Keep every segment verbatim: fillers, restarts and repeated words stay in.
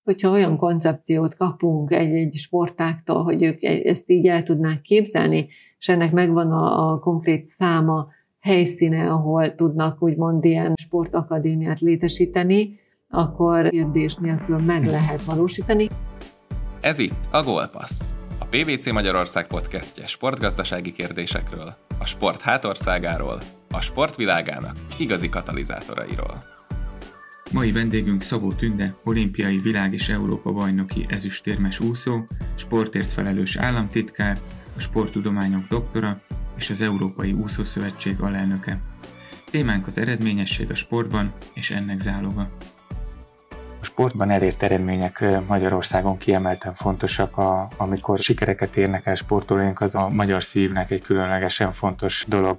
Hogyha olyan koncepciót kapunk egy-egy sportáktól, hogy ők ezt így el tudnák képzelni, és ennek megvan a, a konkrét száma, helyszíne, ahol tudnak úgymond ilyen sportakadémiát létesíteni, akkor kérdés nélkül meg lehet valósítani. Ez itt a Gólpassz, a pé vé cé Magyarország podcastje sportgazdasági kérdésekről, a sport hátországáról, a sportvilágának igazi katalizátorairól. Mai vendégünk Szabó Tünde, olimpiai világ- és Európa-bajnoki ezüstérmes úszó, sportért felelős államtitkár, a sporttudományok doktora és az Európai Úszószövetség alelnöke. Témánk az eredményesség a sportban és ennek záloga. A sportban elért eredmények Magyarországon kiemelten fontosak, a, amikor sikereket érnek el sportolóink, az a magyar szívnek egy különlegesen fontos dolog.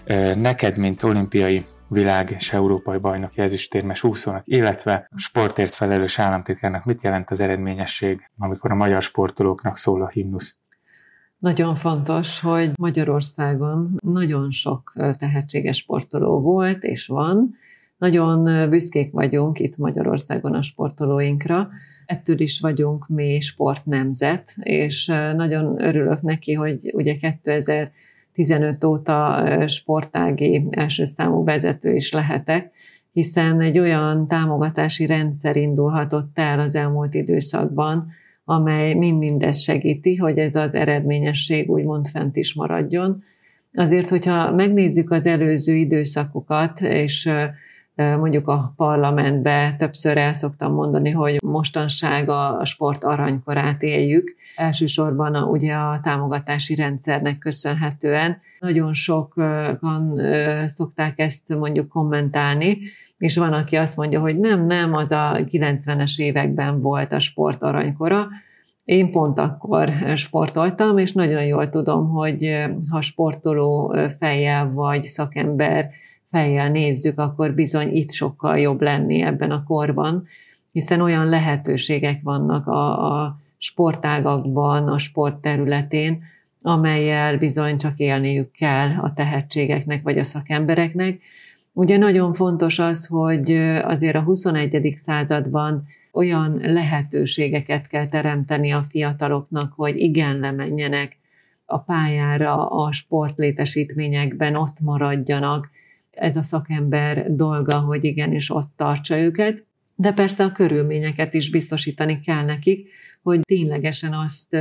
Neked, mint olimpiai világ- és európai bajnoki ezüstérmes úszónak, illetve sportért felelős államtitkárnak mit jelent az eredményesség, amikor a magyar sportolóknak szól a himnusz? Nagyon fontos, hogy Magyarországon nagyon sok tehetséges sportoló volt és van. Nagyon büszkék vagyunk itt Magyarországon a sportolóinkra. Ettől is vagyunk mi sportnemzet, és nagyon örülök neki, hogy ugye kétezer-tizenöt óta sportági első számú vezető is lehetek, hiszen egy olyan támogatási rendszer indulhatott el az elmúlt időszakban, amely mind-mind ezt segíti, hogy ez az eredményesség úgymond fent is maradjon. Azért, hogyha megnézzük az előző időszakokat, és mondjuk a parlamentbe többször el szoktam mondani, hogy mostanság a sport aranykorát éljük. Elsősorban a, ugye a támogatási rendszernek köszönhetően. Nagyon sokan szokták ezt mondjuk kommentálni, és van, aki azt mondja, hogy nem, nem, az a kilencvenes években volt a sport aranykora. Én pont akkor sportoltam, és nagyon jól tudom, hogy ha sportoló fejjel vagy szakember fejjel nézzük, akkor bizony itt sokkal jobb lenni ebben a korban, hiszen olyan lehetőségek vannak a, a sportágakban, a sport területén, amellyel bizony csak élniük kell a tehetségeknek vagy a szakembereknek. Ugye nagyon fontos az, hogy azért a huszonegyedik században olyan lehetőségeket kell teremteni a fiataloknak, hogy igen lemenjenek a pályára, a sportlétesítményekben, ott maradjanak. Ez a szakember dolga, hogy igenis ott tartsa őket, de persze a körülményeket is biztosítani kell nekik, hogy ténylegesen azt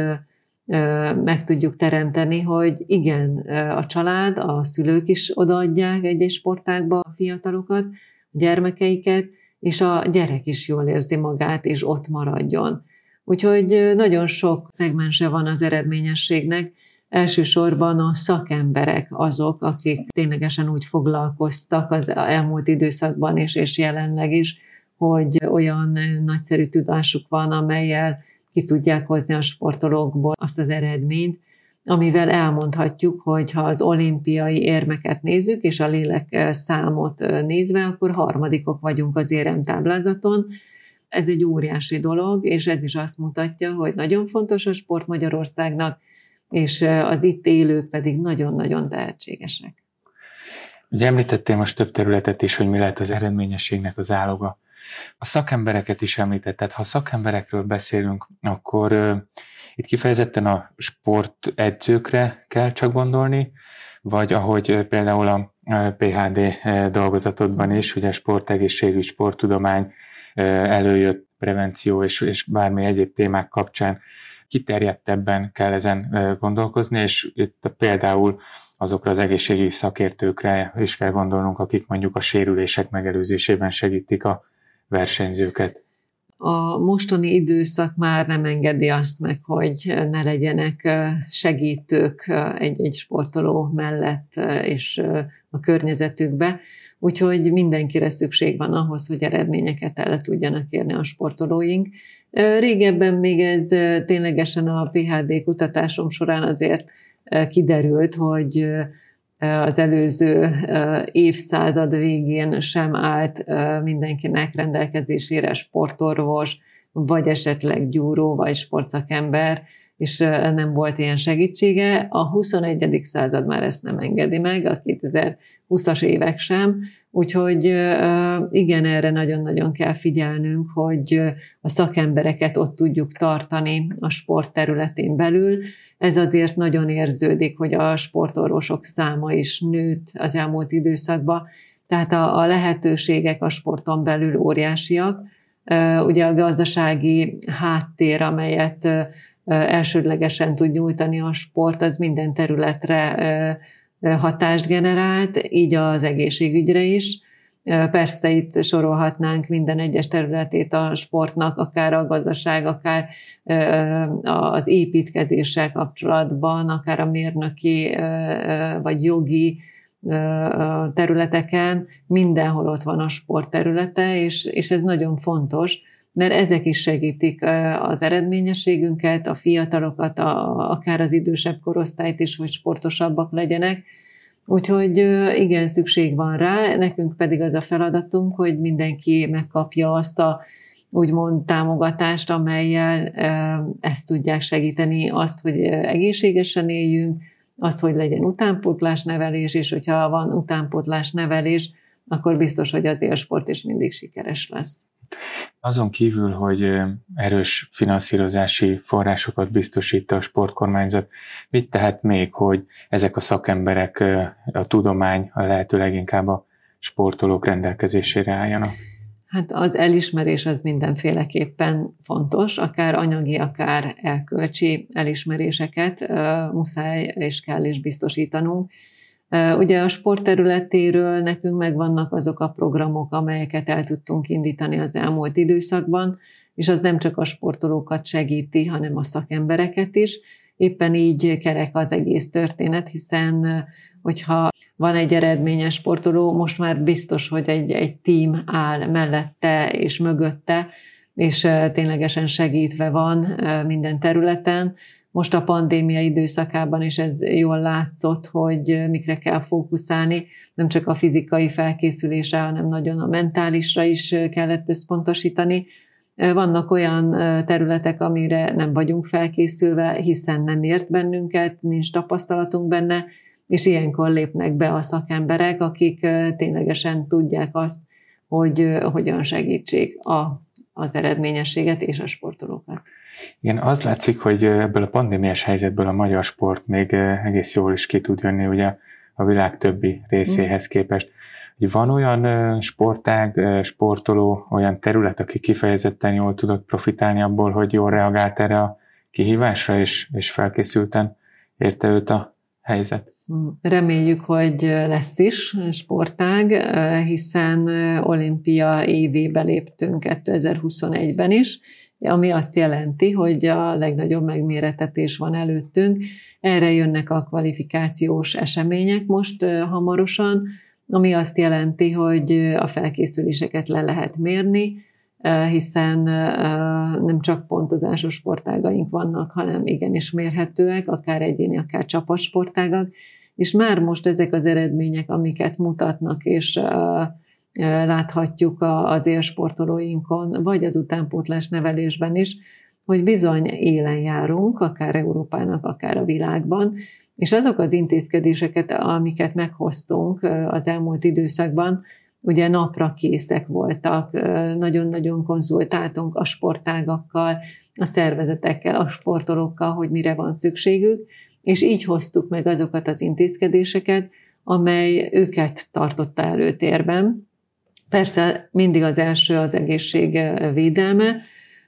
meg tudjuk teremteni, hogy igen, a család, a szülők is odaadják egy-egy sportágba a fiatalokat, a gyermekeiket, és a gyerek is jól érzi magát, és ott maradjon. Úgyhogy nagyon sok szegmense van az eredményességnek, elsősorban a szakemberek azok, akik ténylegesen úgy foglalkoztak az elmúlt időszakban is, és jelenleg is, hogy olyan nagyszerű tudásuk van, amellyel ki tudják hozni a sportolókból azt az eredményt, amivel elmondhatjuk, hogy ha az olimpiai érmeket nézzük, és a lélek számot nézve, akkor harmadikok vagyunk az éremtáblázaton. Ez egy óriási dolog, és ez is azt mutatja, hogy nagyon fontos a sport Magyarországnak, és az itt élők pedig nagyon-nagyon tehetségesek. Ugye említettél most több területet is, hogy mi lehet az eredményességnek az áloga. A szakembereket is említetted. Ha szakemberekről beszélünk, akkor uh, itt kifejezetten a sportedzőkre kell csak gondolni, vagy ahogy uh, például a uh, pé há dé uh, dolgozatodban is, ugye sportegészségügy, sporttudomány uh, előjött, prevenció és, és bármi egyéb témák kapcsán kiterjedtebben kell ezen uh, gondolkozni, és itt például azokra az egészségügyi szakértőkre is kell gondolnunk, akik mondjuk a sérülések megelőzésében segítik a versenyzőket. A mostani időszak már nem engedi azt meg, hogy ne legyenek segítők egy-egy sportoló mellett és a környezetükbe, úgyhogy mindenkire szükség van ahhoz, hogy eredményeket el tudjanak érni a sportolóink. Régebben még ez ténylegesen a pé há dé kutatásom során azért kiderült, hogy az előző évszázad végén sem állt mindenkinek rendelkezésére sportorvos, vagy esetleg gyúró, vagy sportszakember, és nem volt ilyen segítsége. A huszonegyedik század már ezt nem engedi meg, a kétezer-húszas évek sem, úgyhogy igen, erre nagyon-nagyon kell figyelnünk, hogy a szakembereket ott tudjuk tartani a sport területén belül. Ez azért nagyon érződik, hogy a sportorvosok száma is nőtt az elmúlt időszakban, tehát a, a lehetőségek a sporton belül óriásiak. Ugye a gazdasági háttér, amelyet elsődlegesen tud nyújtani a sport, az minden területre hatást generált, így az egészségügyre is. Persze itt sorolhatnánk minden egyes területét a sportnak, akár a gazdaság, akár az építkezéssel kapcsolatban, akár a mérnöki vagy jogi területeken, mindenhol ott van a sport területe, és, és ez nagyon fontos, mert ezek is segítik az eredményességünket, a fiatalokat, a, akár az idősebb korosztályt is, hogy sportosabbak legyenek. Úgyhogy igen, szükség van rá, nekünk pedig az a feladatunk, hogy mindenki megkapja azt a úgymond támogatást, amellyel ezt tudják segíteni, azt, hogy egészségesen éljünk, az, hogy legyen utánpótlás nevelés, és hogyha van utánpótlás nevelés, akkor biztos, hogy az élsport is mindig sikeres lesz. Azon kívül, hogy erős finanszírozási forrásokat biztosít a sportkormányzat, mit tehet még, hogy ezek a szakemberek, a tudomány a lehető leginkább a sportolók rendelkezésére álljanak? Hát az elismerés az mindenféleképpen fontos, akár anyagi, akár elkölcsi elismeréseket muszáj és kell is biztosítanunk. Ugye a sport területéről nekünk megvannak azok a programok, amelyeket el tudtunk indítani az elmúlt időszakban, és az nem csak a sportolókat segíti, hanem a szakembereket is. Éppen így kerek az egész történet, hiszen hogyha van egy eredményes sportoló, most már biztos, hogy egy, egy tím áll mellette és mögötte, és ténylegesen segítve van minden területen. Most a pandémia időszakában is ez jól látszott, hogy mikre kell fókuszálni, nem csak a fizikai felkészülésre, hanem nagyon a mentálisra is kellett összpontosítani. Vannak olyan területek, amire nem vagyunk felkészülve, hiszen nem ért bennünket, nincs tapasztalatunk benne, és ilyenkor lépnek be a szakemberek, akik ténylegesen tudják azt, hogy hogyan segítsék a, az eredményességet és a sportolókat. Igen, az látszik, hogy ebből a pandémiás helyzetből a magyar sport még egész jól is ki tud jönni ugye a világ többi részéhez képest. Van olyan sportág, sportoló, olyan terület, aki kifejezetten jól tudott profitálni abból, hogy jól reagált erre a kihívásra, és, és felkészülten érte őt a helyzet? Reméljük, hogy lesz is sportág, hiszen olimpia évébe léptünk kétezer-huszonegyben is, ami azt jelenti, hogy a legnagyobb megmérettetés van előttünk. Erre jönnek a kvalifikációs események most hamarosan, ami azt jelenti, hogy a felkészüléseket le lehet mérni, hiszen nem csak pontozásos sportágaink vannak, hanem igenis mérhetőek, akár egyéni, akár csapatsportágak, és már most ezek az eredmények, amiket mutatnak, és láthatjuk az élsportolóinkon, vagy az utánpótlás nevelésben is, hogy bizony élen járunk, akár Európának, akár a világban, és azok az intézkedéseket, amiket meghoztunk az elmúlt időszakban, ugye napra készek voltak, nagyon-nagyon konzultáltunk a sportágakkal, a szervezetekkel, a sportolókkal, hogy mire van szükségük, és így hoztuk meg azokat az intézkedéseket, amely őket tartotta előtérben. Persze mindig az első az egészség védelme,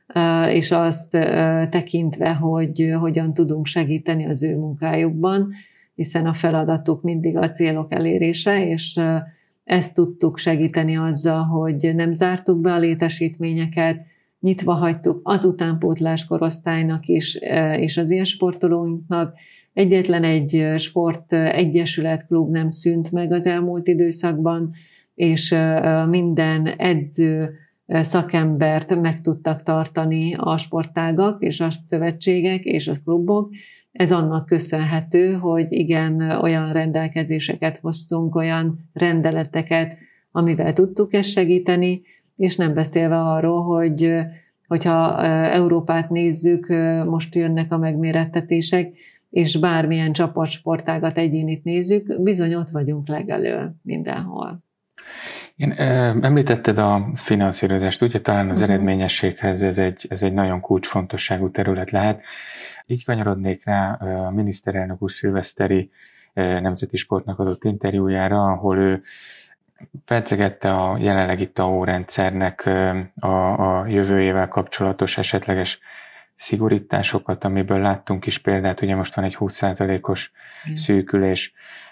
és azt tekintve, hogy hogyan tudunk segíteni az ő munkájukban, hiszen a feladatuk mindig a célok elérése, és ezt tudtuk segíteni azzal, hogy nem zártuk be a létesítményeket, nyitva hagytuk az utánpótlás korosztálynak is, és az ilyen sportolóinknak. Egyetlen egy sport egyesület, klub nem szűnt meg az elmúlt időszakban, és minden edző, szakembert meg tudtak tartani a sportágak, és a szövetségek, és a klubok. Ez annak köszönhető, hogy igen, olyan rendelkezéseket hoztunk, olyan rendeleteket, amivel tudtuk ezt segíteni, és nem beszélve arról, hogy Hogyha Európát nézzük, most jönnek a megmérettetések, és bármilyen csapatsportágat, egyénit nézzük, bizony ott vagyunk legelő mindenhol. Igen, említetted a finanszírozást, ugye talán az uh-huh. eredményességhez ez egy, ez egy nagyon kulcsfontosságú terület lehet. Így kanyarodnék rá a miniszterelnök úr szilveszteri nemzeti sportnak adott interjújára, ahol ő percegette a jelenlegi té á o rendszernek a, a jövőjével kapcsolatos esetleges szigorításokat, amiből láttunk is példát, ugye most van egy húsz százalékos mm. szűkülés.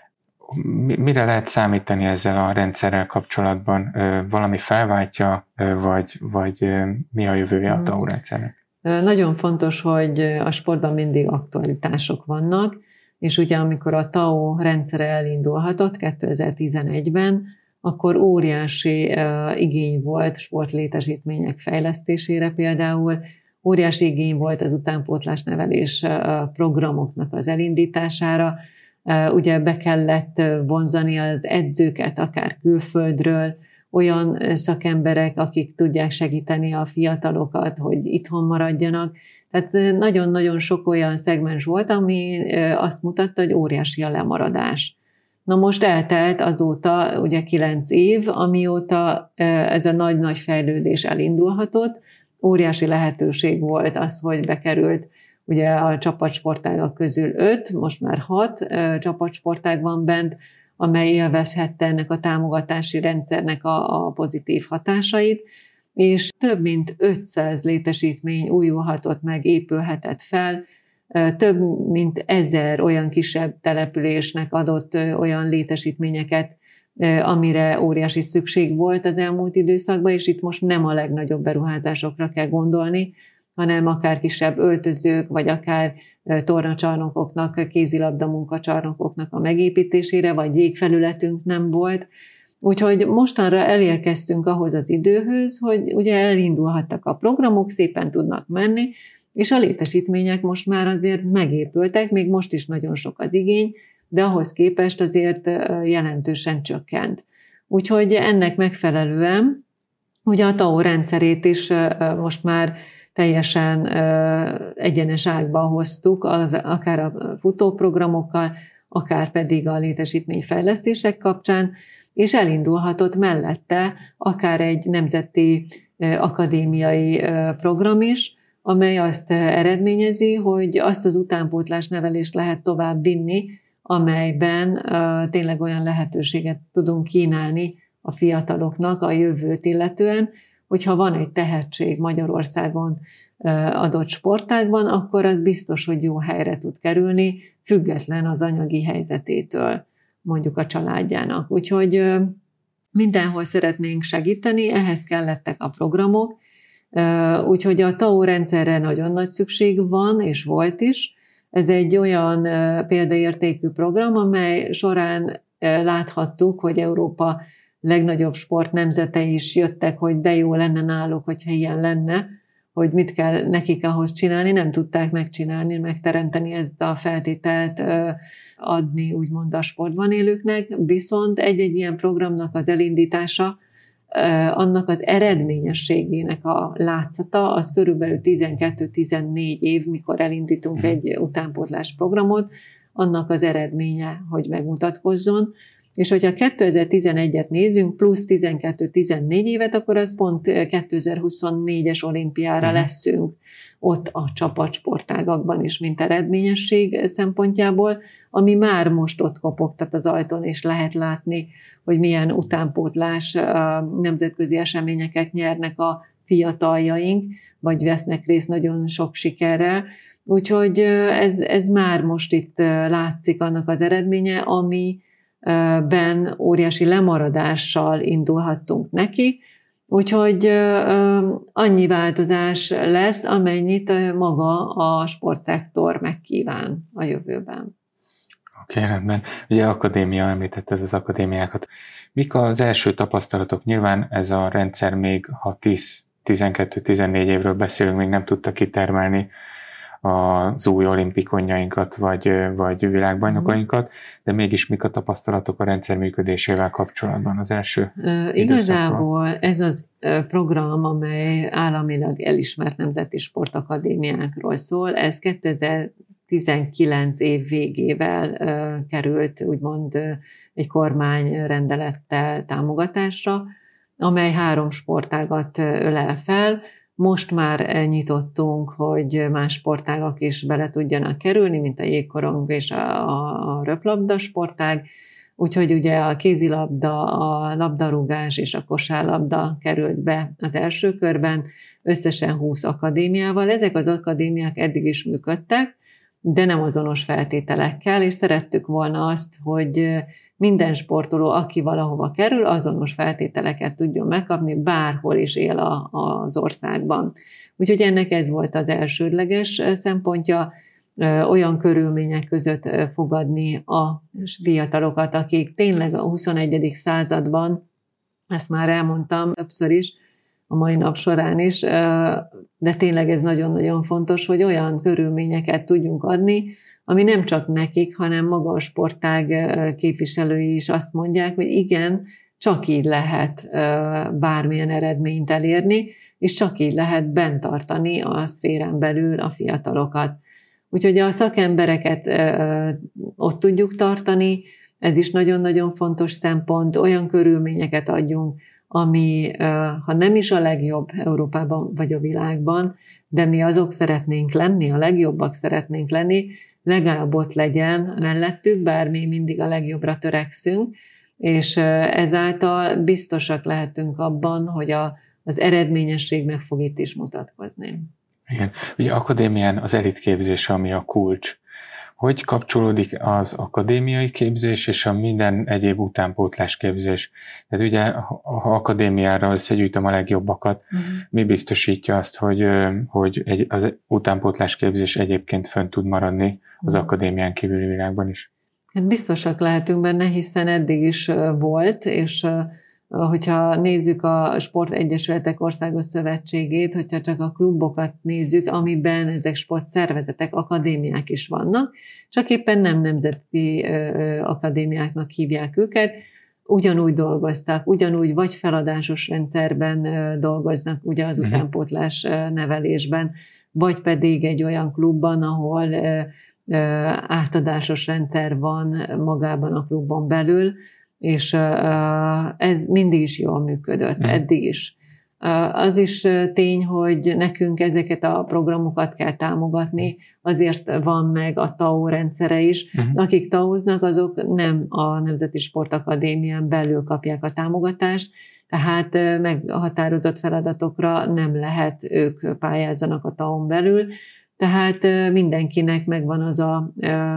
Mire lehet számítani ezzel a rendszerrel kapcsolatban? Valami felváltja, vagy, vagy mi a jövője a té á o rendszernek? Nagyon fontos, hogy a sportban mindig aktualitások vannak, és ugye amikor a té á o rendszere elindulhatott kétezer-tizenegyben, akkor óriási uh, igény volt sportlétesítmények fejlesztésére például, óriási igény volt az utánpótlás nevelés uh, programoknak az elindítására, uh, ugye be kellett vonzani az edzőket akár külföldről, olyan szakemberek, akik tudják segíteni a fiatalokat, hogy itthon maradjanak. Tehát nagyon-nagyon sok olyan szegmens volt, ami azt mutatta, hogy óriási a lemaradás. Na most eltelt azóta ugye kilenc év, amióta ez a nagy-nagy fejlődés elindulhatott. Óriási lehetőség volt az, hogy bekerült ugye a csapatsportágak közül öt, most már hat csapatsportág van bent, amely élvezhette ennek a támogatási rendszernek a, a pozitív hatásait, és több mint ötszáz létesítmény újulhatott meg, épülhetett fel, több mint ezer olyan kisebb településnek adott olyan létesítményeket, amire óriási szükség volt az elmúlt időszakban, és itt most nem a legnagyobb beruházásokra kell gondolni, hanem akár kisebb öltözők, vagy akár tornacsarnokoknak, kézilabda munkacsarnokoknak a megépítésére, vagy jégfelületünk nem volt. Úgyhogy mostanra elérkeztünk ahhoz az időhöz, hogy ugye elindulhattak a programok, szépen tudnak menni, és a létesítmények most már azért megépültek, még most is nagyon sok az igény, de ahhoz képest azért jelentősen csökkent. Úgyhogy ennek megfelelően ugye a té á o rendszerét is most már teljesen egyenes ágba hoztuk, az, akár a futóprogramokkal, akár pedig a létesítményfejlesztések kapcsán, és elindulhatott mellette akár egy nemzeti akadémiai program is, amely azt eredményezi, hogy azt az utánpótlás nevelést lehet tovább vinni, amelyben tényleg olyan lehetőséget tudunk kínálni a fiataloknak a jövőt illetően, hogyha van egy tehetség Magyarországon adott sportágban, akkor az biztos, hogy jó helyre tud kerülni, független az anyagi helyzetétől, mondjuk a családjának. Úgyhogy mindenhol szeretnénk segíteni, ehhez kellettek a programok, úgyhogy a té á o rendszerre nagyon nagy szükség van, és volt is. Ez egy olyan példaértékű program, amely során láthattuk, hogy Európa legnagyobb sportnemzetei is jöttek, hogy de jó lenne náluk, hogyha ilyen lenne, hogy mit kell nekik ahhoz csinálni, nem tudták megcsinálni, megteremteni ezt a feltételt, adni úgymond a sportban élőknek, viszont egy-egy ilyen programnak az elindítása, annak az eredményességének a látszata, az körülbelül tizenkettő-tizennégy év, mikor elindítunk egy utánpótlás programot, annak az eredménye, hogy megmutatkozzon. És hogyha kétezer-tizenegyet nézünk, plusz tizenkettő-tizennégy évet, akkor az pont kétezer-huszonnégyes olimpiára leszünk ott a csapatsportágakban is, mint eredményesség szempontjából, ami már most ott kopogtat az ajtón, és lehet látni, hogy milyen utánpótlás nemzetközi eseményeket nyernek a fiataljaink, vagy vesznek részt nagyon sok sikerrel. Úgyhogy ez, ez már most itt látszik annak az eredménye, ami ben óriási lemaradással indulhattunk neki, úgyhogy annyi változás lesz, amennyit maga a sportszektor megkíván a jövőben. Oké, okay, rendben. Ugye akadémia, említetted az akadémiákat. Mik az első tapasztalatok? Nyilván ez a rendszer még, ha tíz-tizenkettő-tizennégy évről beszélünk, még nem tudta kitermelni az új olimpikonjainkat, vagy, vagy világbajnokainkat, de mégis mik a tapasztalatok a rendszer működésével kapcsolatban az első uh, Igazából ez az program, amely államilag elismert nemzeti sportakadémiákról szól, ez kétezer-tizenkilenc év végével uh, került úgymond uh, egy kormányrendelettel támogatásra, amely három sportágat ölel fel. Most már nyitottunk, hogy más sportágak is bele tudjanak kerülni, mint a jégkorong és a, a, a röplabda sportág. Úgyhogy ugye a kézilabda, a labdarúgás és a kosárlabda került be az első körben, összesen húsz akadémiával. Ezek az akadémiák eddig is működtek, de nem azonos feltételekkel, és szerettük volna azt, hogy minden sportoló, aki valahova kerül, azonos feltételeket tudjon megkapni, bárhol is él a, az országban. Úgyhogy ennek ez volt az elsődleges szempontja, olyan körülmények között fogadni a fiatalokat, akik tényleg a huszonegyedik században, ezt már elmondtam többször is, a mai nap során is, de tényleg ez nagyon-nagyon fontos, hogy olyan körülményeket tudjunk adni, ami nem csak nekik, hanem maga a sportág képviselői is azt mondják, hogy igen, csak így lehet bármilyen eredményt elérni, és csak így lehet bent tartani a szférán belül a fiatalokat. Úgyhogy a szakembereket ott tudjuk tartani, ez is nagyon-nagyon fontos szempont, olyan körülményeket adjunk, ami, ha nem is a legjobb Európában vagy a világban, de mi azok szeretnénk lenni, a legjobbak szeretnénk lenni, legalább ott legyen mellettük, bár mi mindig a legjobbra törekszünk, és ezáltal biztosak lehetünk abban, hogy a, az eredményesség meg fog itt is mutatkozni. Igen. Ugye akadémián az elitképzés, ami a kulcs. Hogy kapcsolódik az akadémiai képzés és a minden egyéb utánpótlás képzés? Tehát ugye, ha akadémiára összegyűjtöm a legjobbakat, uh-huh. mi biztosítja azt, hogy, hogy egy, az utánpótlás képzés egyébként fönn tud maradni az uh-huh. akadémián kívüli világban is? Hát biztosak lehetünk benne, hiszen eddig is volt, és hogyha nézzük a Sportegyesületek Országos Szövetségét, hogyha csak a klubokat nézzük, amiben ezek sportszervezetek, akadémiák is vannak, csak éppen nem nemzeti akadémiáknak hívják őket, ugyanúgy dolgoztak, ugyanúgy vagy feladásos rendszerben dolgoznak, ugye az utánpótlás nevelésben, vagy pedig egy olyan klubban, ahol átadásos rendszer van magában a klubon belül, és ez mindig is jól működött, eddig is. Az is tény, hogy nekünk ezeket a programokat kell támogatni, azért van meg a té á o rendszere is. Uh-huh. Akik té á ó-znak, azok nem a Nemzeti Sportakadémián belül kapják a támogatást, tehát meghatározott feladatokra nem lehet, ők pályázzanak a té á ó-n belül, tehát mindenkinek megvan az a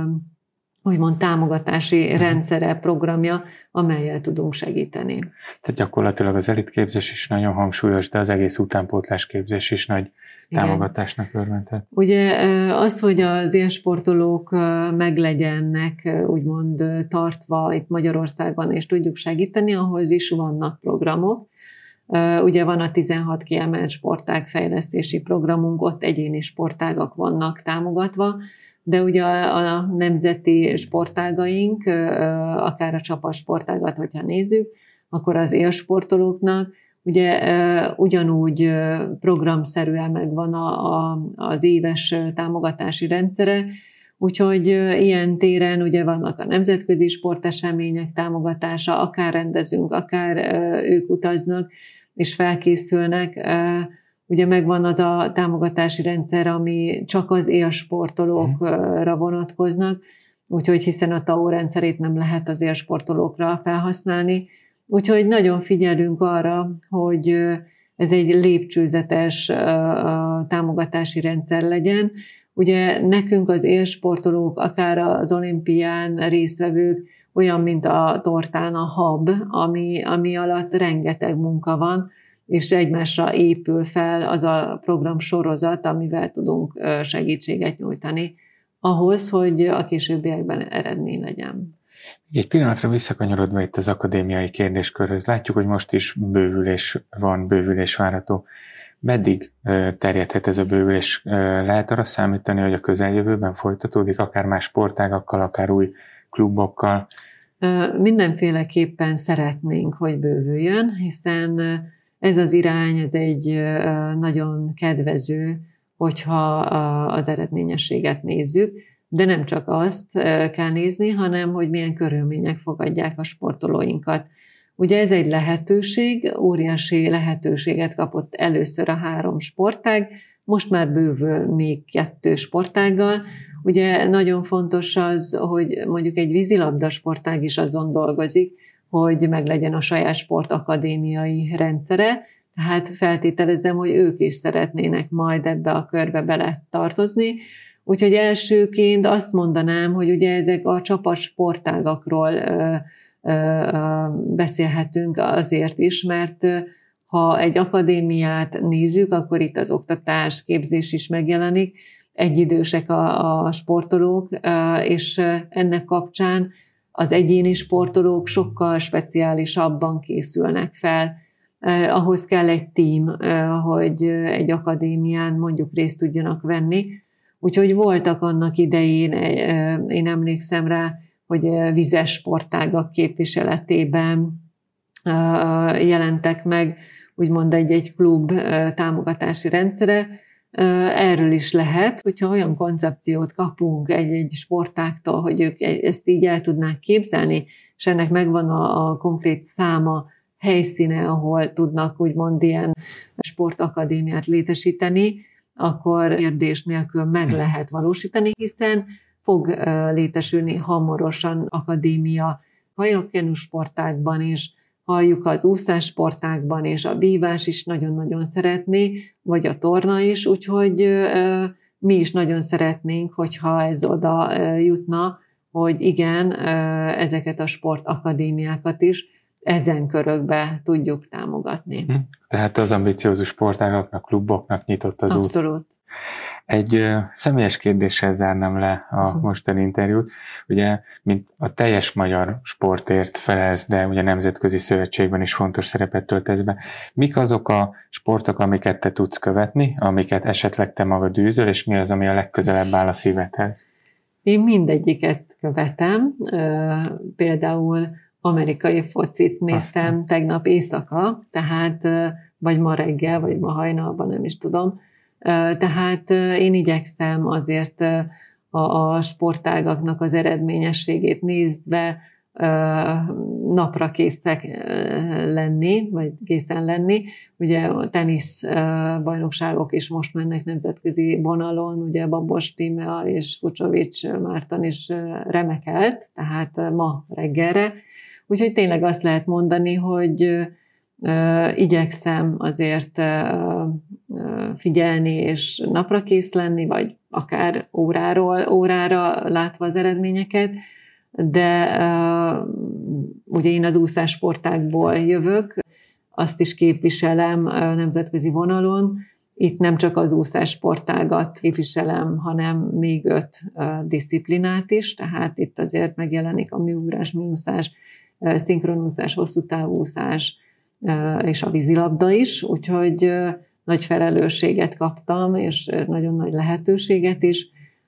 úgymond támogatási uh-huh. rendszere, programja, amellyel tudunk segíteni. Tehát gyakorlatilag az elitképzés is nagyon hangsúlyos, de az egész utánpótlás képzés is nagy igen. támogatásnak örvendhet. Ugye az, hogy az ilyen sportolók meglegyenek úgymond tartva itt Magyarországon, és tudjuk segíteni, ahhoz is vannak programok. Ugye van a tizenhat kiemelt sportágfejlesztési programunk, ott egyéni sportágak vannak támogatva, de ugye a, a nemzeti sportágaink, akár a csapatsportágat, hogyha nézzük, akkor az élsportolóknak ugye ugyanúgy programszerűen megvan a, a, az éves támogatási rendszere, úgyhogy ilyen téren ugye vannak a nemzetközi sportesemények támogatása, akár rendezünk, akár ők utaznak és felkészülnek. Ugye megvan az a támogatási rendszer, ami csak az élsportolókra vonatkoznak, úgyhogy hiszen a té á o rendszerét nem lehet az élsportolókra felhasználni. Úgyhogy nagyon figyelünk arra, hogy ez egy lépcsőzetes támogatási rendszer legyen. Ugye nekünk az élsportolók, akár az olimpián résztvevők, olyan, mint a tortán a hab, ami, ami alatt rengeteg munka van, és egymásra épül fel az a program sorozat, amivel tudunk segítséget nyújtani ahhoz, hogy a későbbiekben eredmény legyen. Egy pillanatra visszakanyarodva itt az akadémiai kérdéskörhöz, látjuk, hogy most is bővülés van, bővülés várható. Meddig terjedhet ez a bővülés? Lehet arra számítani, hogy a közeljövőben folytatódik, akár más sportágakkal, akár új klubokkal? Mindenféleképpen szeretnénk, hogy bővüljön, hiszen ez az irány, ez egy nagyon kedvező, hogyha az eredményességet nézzük, de nem csak azt kell nézni, hanem hogy milyen körülmények fogadják a sportolóinkat. Ugye ez egy lehetőség, óriási lehetőséget kapott először a három sportág, most már bővül még kettő sportággal. Ugye nagyon fontos az, hogy mondjuk egy vízilabda sportág is azon dolgozik, hogy meglegyen a saját sportakadémiai rendszere, tehát feltételezem, hogy ők is szeretnének majd ebbe a körbe bele tartozni. Úgyhogy elsőként azt mondanám, hogy ugye ezek a csapatsportágakról ö, ö, ö, beszélhetünk azért is, mert ha egy akadémiát nézzük, akkor itt az oktatás, képzés is megjelenik, egyidősek a, a sportolók, és ennek kapcsán az egyéni sportolók sokkal speciálisabban készülnek fel. Ahhoz kell egy tím, hogy egy akadémián mondjuk részt tudjanak venni. Úgyhogy voltak annak idején, én emlékszem rá, hogy vizes sportágak képviseletében jelentek meg, úgymond egy-egy klub támogatási rendszere. Erről is lehet, hogyha olyan koncepciót kapunk egy-egy sportáktól, hogy ők ezt így el tudnák képzelni, és ennek megvan a, a konkrét száma, helyszíne, ahol tudnak úgymond ilyen sportakadémiát létesíteni, akkor kérdés nélkül meg lehet valósítani, hiszen fog létesülni hamarosan akadémia kajakkenu sportákban is, halljuk az úszássportákban, és a vívás is nagyon-nagyon szeretné, vagy a torna is, úgyhogy mi is nagyon szeretnénk, hogyha ez oda jutna, hogy igen, ezeket a sportakadémiákat is ezen körökbe tudjuk támogatni. Tehát az ambiciózus sportágaknak, kluboknak nyitott az Abszolút. út. Egy ö, személyes kérdéssel zárnám le a mostani interjút. Ugye, mint a teljes magyar sportért felelsz, de ugye nemzetközi szövetségben is fontos szerepet töltesz be. Mik azok a sportok, amiket te tudsz követni, amiket esetleg te magad űzöl, és mi az, ami a legközelebb áll a szívedhez? Én mindegyiket követem. Például amerikai focit néztem Aztán. tegnap éjszaka, tehát vagy ma reggel, vagy ma hajnalban, nem is tudom. Tehát én igyekszem azért a, a sportágaknak az eredményességét nézve napra készek lenni, vagy készen lenni. Ugye a tenisz bajnokságok is most mennek nemzetközi vonalon, ugye Babos Tímea és Fucsovics Márton is remekelt, tehát ma reggelre. Úgyhogy tényleg azt lehet mondani, hogy igyekszem azért figyelni és napra kész lenni, vagy akár óráról órára látva az eredményeket, de ugye én az úszássportákból jövök, azt is képviselem nemzetközi vonalon. Itt nem csak az úszássportágat képviselem, hanem még öt disziplinát is, tehát itt azért megjelenik a műugrás, műúszás, szinkronúszás, hosszú távúszás és a vízilabda is, úgyhogy nagy felelősséget kaptam, és nagyon nagy lehetőséget is,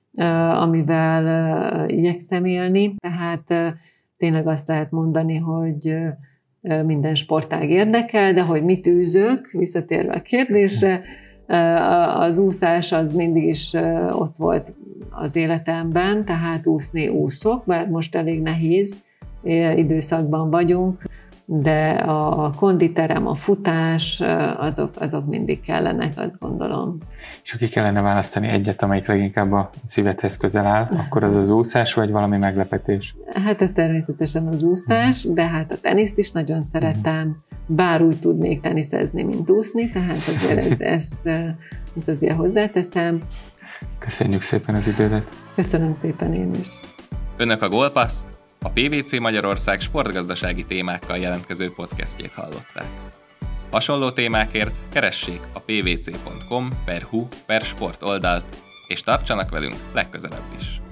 amivel igyekszem élni. Tehát tényleg azt lehet mondani, hogy minden sportág érdekel, de hogy mit űzök, visszatérve a kérdésre, az úszás az mindig is ott volt az életemben, tehát úszni úszok, bár most elég nehéz időszakban vagyunk, de a konditerem, a futás, azok, azok mindig kellenek, azt gondolom. És aki kellene választani egyet, amelyik leginkább a szívedhez közel áll, akkor az az úszás, vagy valami meglepetés? Hát ez természetesen az úszás, de hát a teniszt is nagyon szeretem, bár úgy tudnék teniszezni, mint úszni, tehát azért ezt, ezt, ezt azért hozzáteszem. Köszönjük szépen az idődet! Köszönöm szépen én is! Önök a Gólpaszt, a pé vé cé Magyarország sportgazdasági témákkal jelentkező podcastjét hallották. Hasonló témákért keressék a pvc pont com per hu per sport oldalt, és tartsanak velünk legközelebb is!